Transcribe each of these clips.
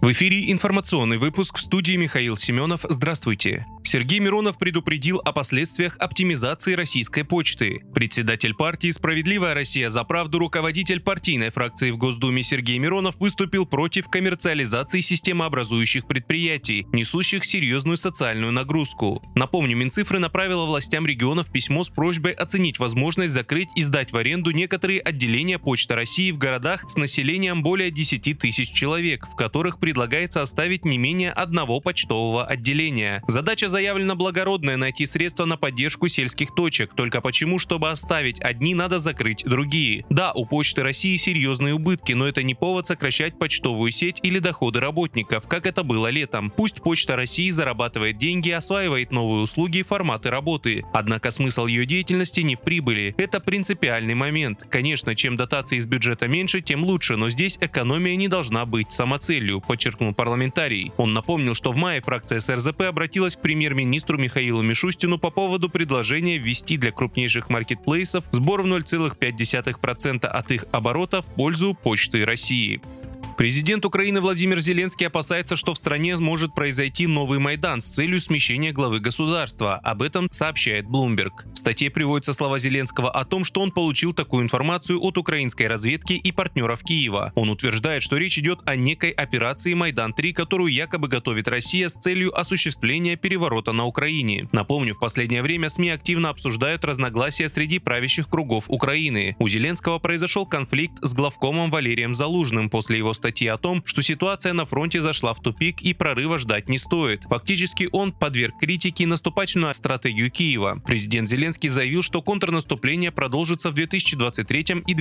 В эфире информационный выпуск, в студии Михаил Семенов. Здравствуйте. Сергей Миронов предупредил о последствиях оптимизации российской почты. Председатель партии «Справедливая Россия за правду», руководитель партийной фракции в Госдуме Сергей Миронов выступил против коммерциализации системообразующих предприятий, несущих серьезную социальную нагрузку. Напомню, Минцифры направила властям регионов письмо с просьбой оценить возможность закрыть и сдать в аренду некоторые отделения Почты России в городах с населением более 10 тысяч человек, в которых предлагается оставить не менее одного почтового отделения. Задача заявлена благородная — найти средства на поддержку сельских точек. Только почему, чтобы оставить одни, надо закрыть другие? Да, у Почты России серьезные убытки, но это не повод сокращать почтовую сеть или доходы работников, как это было летом. Пусть Почта России зарабатывает деньги, осваивает новые услуги и форматы работы. Однако смысл ее деятельности не в прибыли. Это принципиальный момент. Конечно, чем дотаций из бюджета меньше, тем лучше, но здесь экономия не должна быть самоцелью, подчеркнул парламентарий. Он напомнил, что в мае фракция СРЗП обратилась к премьер-министру Михаилу Мишустину по поводу предложения ввести для крупнейших маркетплейсов сбор в 0,5% от их оборота в пользу Почты России. Президент Украины Владимир Зеленский опасается, что в стране может произойти новый Майдан с целью смещения главы государства. Об этом сообщает Bloomberg. В статье приводятся слова Зеленского о том, что он получил такую информацию от украинской разведки и партнеров Киева. Он утверждает, что речь идет о некой операции «Майдан-3», которую якобы готовит Россия с целью осуществления переворота на Украине. Напомню, в последнее время СМИ активно обсуждают разногласия среди правящих кругов Украины. У Зеленского произошел конфликт с главкомом Валерием Залужным после его статьи о том, что ситуация на фронте зашла в тупик и прорыва ждать не стоит. Фактически он подверг критике наступательную стратегию Киева. Президент Зеленский заявил, что контрнаступление продолжится в 2023 и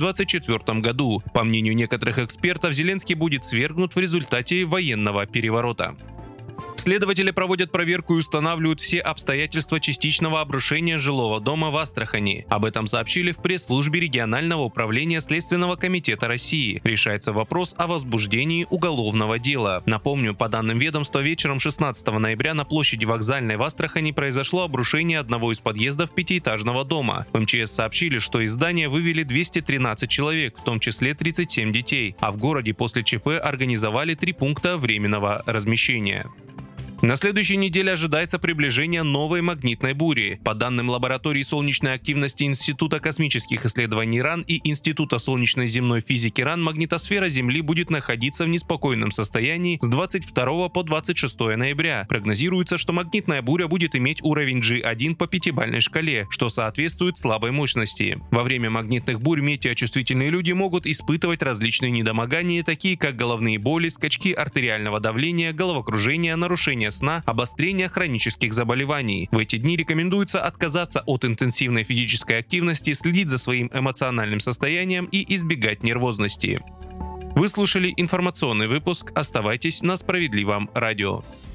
2024 году. По мнению некоторых экспертов, Зеленский будет свергнут в результате военного переворота. Следователи проводят проверку и устанавливают все обстоятельства частичного обрушения жилого дома в Астрахани. Об этом сообщили в пресс-службе регионального управления Следственного комитета России. Решается вопрос о возбуждении уголовного дела. Напомню, по данным ведомства, вечером 16 ноября на площади Вокзальной в Астрахани произошло обрушение одного из подъездов пятиэтажного дома. В МЧС сообщили, что из здания вывели 213 человек, в том числе 37 детей, а в городе после ЧП организовали 3 пункта временного размещения. На следующей неделе ожидается приближение новой магнитной бури. По данным лаборатории солнечной активности Института космических исследований РАН и Института солнечной земной физики РАН, магнитосфера Земли будет находиться в неспокойном состоянии с 22 по 26 ноября. Прогнозируется, что магнитная буря будет иметь уровень G1 по пятибалльной шкале, что соответствует слабой мощности. Во время магнитных бурь метеочувствительные люди могут испытывать различные недомогания, такие как головные боли, скачки артериального давления, головокружение, нарушение сна, обострение хронических заболеваний. В эти дни рекомендуется отказаться от интенсивной физической активности, следить за своим эмоциональным состоянием и избегать нервозности. Вы слушали информационный выпуск. Оставайтесь на Справедливом радио.